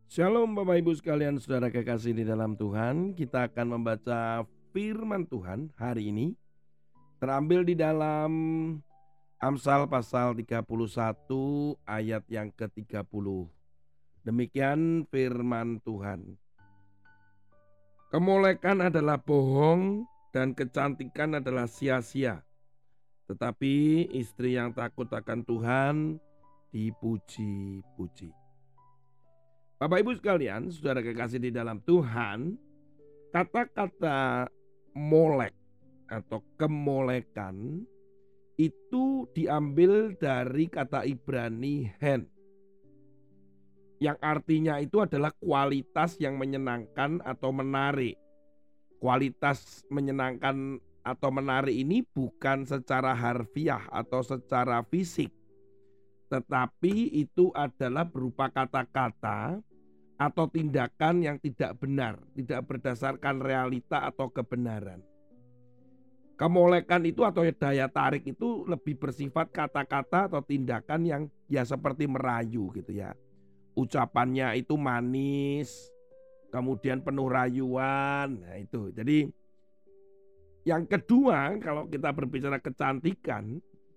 Shalom Bapak Ibu sekalian, saudara kekasih di dalam Tuhan. Kita akan membaca firman Tuhan hari ini, terambil di dalam Amsal pasal 31 ayat yang ke-30. Demikian firman Tuhan. Kemolekan adalah bohong dan kecantikan adalah sia-sia. Tetapi istri yang takut akan Tuhan dipuji-puji. Bapak Ibu sekalian, saudara kekasih di dalam Tuhan, kata-kata molek atau kemolekan itu diambil dari kata Ibrani hen, yang artinya itu adalah kualitas yang menyenangkan atau menarik. Kualitas menyenangkan atau menarik ini bukan secara harfiah atau secara fisik, tetapi itu adalah berupa kata-kata atau tindakan yang tidak benar, tidak berdasarkan realita atau kebenaran. Kemolekan itu atau daya tarik itu lebih bersifat kata-kata atau tindakan yang ya seperti merayu gitu ya. Ucapannya itu manis, kemudian penuh rayuan. Nah itu. Jadi yang kedua, kalau kita berbicara kecantikan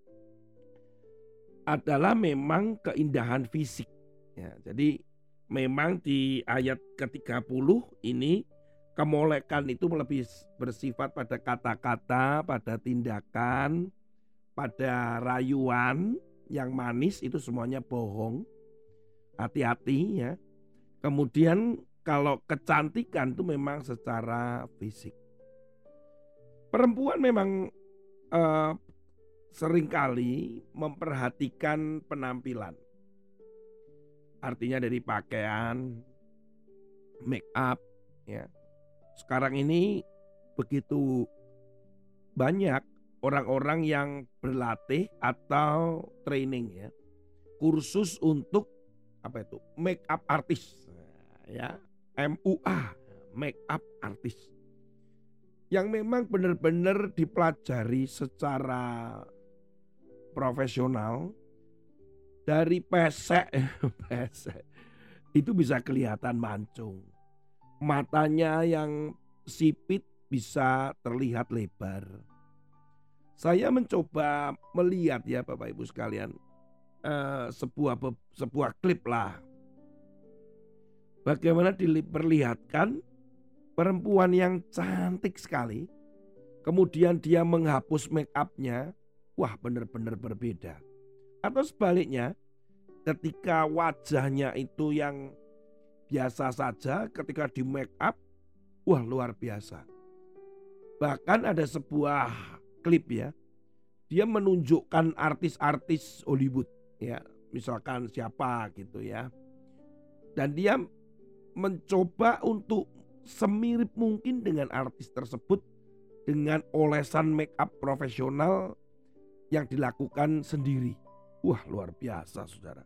adalah memang keindahan fisik. Ya, jadi memang di ayat ke-30 ini kemolekan itu lebih bersifat pada kata-kata, pada tindakan, pada rayuan yang manis, itu semuanya bohong. Hati-hati ya. Kemudian kalau kecantikan itu memang secara fisik. Perempuan memang seringkali memperhatikan penampilan. Artinya dari pakaian, make up ya. Sekarang ini begitu banyak orang-orang yang berlatih atau training ya. Kursus untuk apa itu? Make up artist. Ya, MUA, make up artist. Yang memang benar-benar dipelajari secara profesional. Dari pesek, pesek itu bisa kelihatan mancung. Matanya yang sipit bisa terlihat lebar. Saya mencoba melihat ya Bapak Ibu sekalian, sebuah klip lah. Bagaimana diperlihatkan perempuan yang cantik sekali, kemudian dia menghapus make up-nya, wah benar-benar berbeda. Atau sebaliknya, ketika wajahnya itu yang biasa saja, ketika di make up, wah luar biasa. Bahkan ada sebuah klip ya, dia menunjukkan artis-artis Hollywood ya, misalkan siapa gitu ya. Dan dia mencoba untuk semirip mungkin dengan artis tersebut dengan olesan make up profesional yang dilakukan sendiri. Wah luar biasa saudara.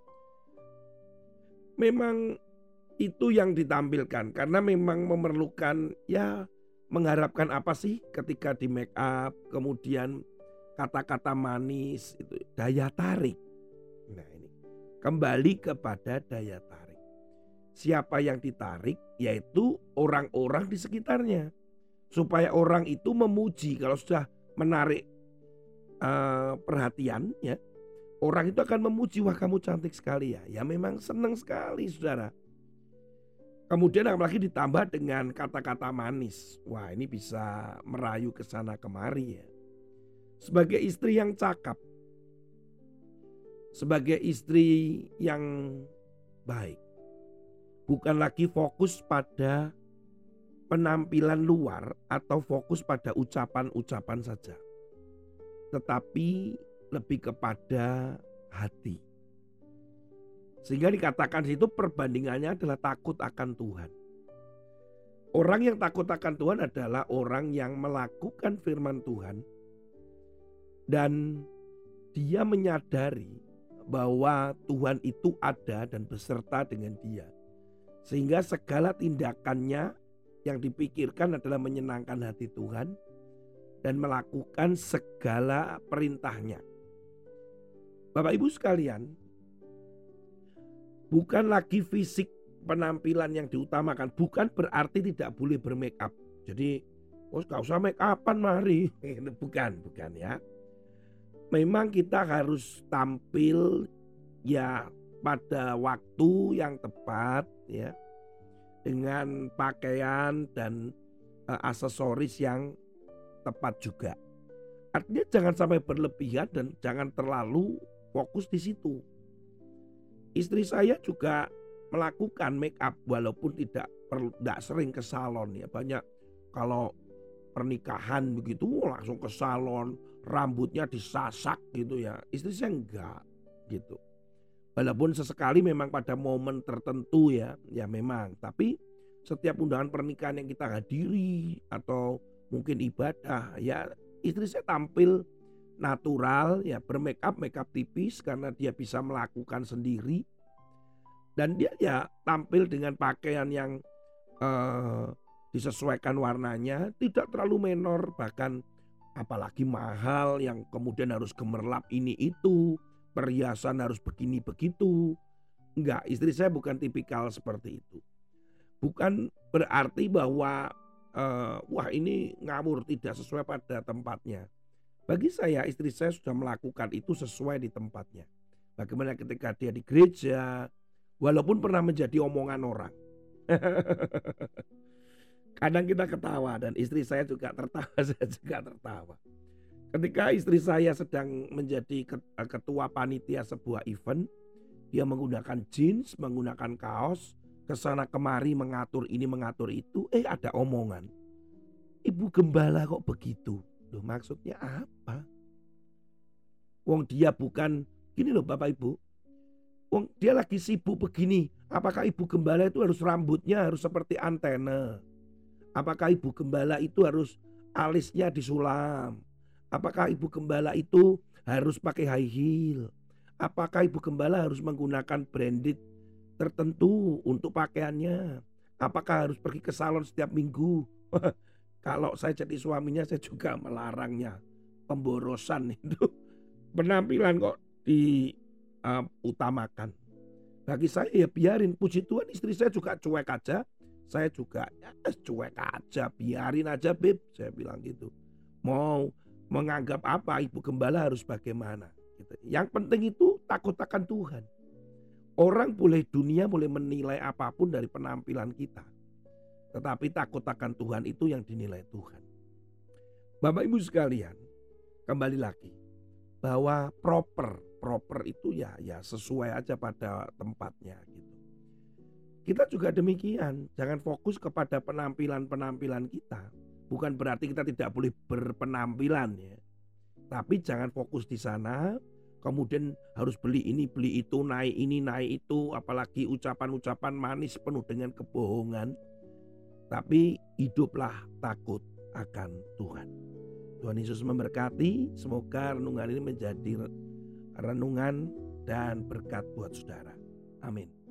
Memang itu yang ditampilkan karena memang memerlukan ya, mengharapkan apa sih ketika di make up, kemudian kata-kata manis itu daya tarik. Nah ini kembali kepada daya tarik. Siapa yang ditarik? Yaitu orang-orang di sekitarnya. Supaya orang itu memuji. Kalau sudah menarik perhatian ya, orang itu akan memuji, wah kamu cantik sekali ya. Ya memang senang sekali saudara. Kemudian apalagi ditambah dengan kata-kata manis. Wah ini bisa merayu ke sana kemari ya. Sebagai istri yang cakap, sebagai istri yang baik, bukan lagi fokus pada penampilan luar atau fokus pada ucapan-ucapan saja, tetapi lebih kepada hati. Sehingga dikatakan situ perbandingannya adalah takut akan Tuhan. Orang yang takut akan Tuhan adalah orang yang melakukan firman Tuhan dan dia menyadari bahwa Tuhan itu ada dan beserta dengan dia. Sehingga segala tindakannya yang dipikirkan adalah menyenangkan hati Tuhan dan melakukan segala perintahnya. Bapak Ibu sekalian, bukan lagi fisik penampilan yang diutamakan, bukan berarti tidak boleh bermake up. Jadi, oh gak usah make upan mari. Bukan ya. Memang kita harus tampil ya pada waktu yang tepat ya, dengan pakaian dan aksesoris yang tepat juga. Artinya jangan sampai berlebihan dan jangan terlalu fokus di situ. Istri saya juga melakukan make up walaupun tidak sering ke salon ya. Banyak kalau pernikahan begitu langsung ke salon, rambutnya disasak gitu ya. Istri saya enggak gitu. Walaupun sesekali memang pada momen tertentu ya memang. Tapi setiap undangan pernikahan yang kita hadiri atau mungkin ibadah ya, istri saya tampil natural ya, bermake up tipis karena dia bisa melakukan sendiri. Dan dia ya tampil dengan pakaian yang disesuaikan warnanya, tidak terlalu menor, bahkan apalagi mahal yang kemudian harus gemerlap ini itu, perhiasan harus begini begitu. Enggak, istri saya bukan tipikal seperti itu. Bukan berarti bahwa wah ini ngawur, tidak sesuai pada tempatnya. Bagi saya istri saya sudah melakukan itu sesuai di tempatnya. Bagaimana ketika dia di gereja, walaupun pernah menjadi omongan orang. Kadang kita ketawa dan istri saya juga tertawa, saya juga tertawa. Ketika istri saya sedang menjadi ketua panitia sebuah event, dia menggunakan jeans, menggunakan kaos, kesana kemari mengatur ini mengatur itu, ada omongan. Ibu gembala kok begitu? Loh maksudnya apa? Wong dia bukan, gini loh Bapak Ibu. Wong dia lagi sibuk begini. Apakah ibu gembala itu harus rambutnya harus seperti antena? Apakah ibu gembala itu harus alisnya disulam? Apakah ibu gembala itu harus pakai high heel? Apakah ibu gembala harus menggunakan branded tertentu untuk pakaiannya? Apakah harus pergi ke salon setiap minggu? Kalau saya jadi suaminya saya juga melarangnya. Pemborosan itu penampilan kok diutamakan. Bagi saya ya biarin, puji Tuhan istri saya juga cuek aja. Saya juga ya cuek aja, biarin aja Beb, saya bilang gitu. Mau menganggap apa ibu gembala harus bagaimana gitu. Yang penting itu takut akan Tuhan. Orang dunia boleh menilai apapun dari penampilan kita, tetapi takut akan Tuhan itu yang dinilai Tuhan. Bapak Ibu sekalian, kembali lagi bahwa proper itu ya sesuai aja pada tempatnya gitu. Kita juga demikian, jangan fokus kepada penampilan kita. Bukan berarti kita tidak boleh berpenampilan ya. Tapi jangan fokus di sana, kemudian harus beli ini, beli itu, naik ini, naik itu, apalagi ucapan-ucapan manis penuh dengan kebohongan. Tapi hiduplah takut akan Tuhan. Tuhan Yesus memberkati, semoga renungan ini menjadi renungan dan berkat buat saudara. Amin.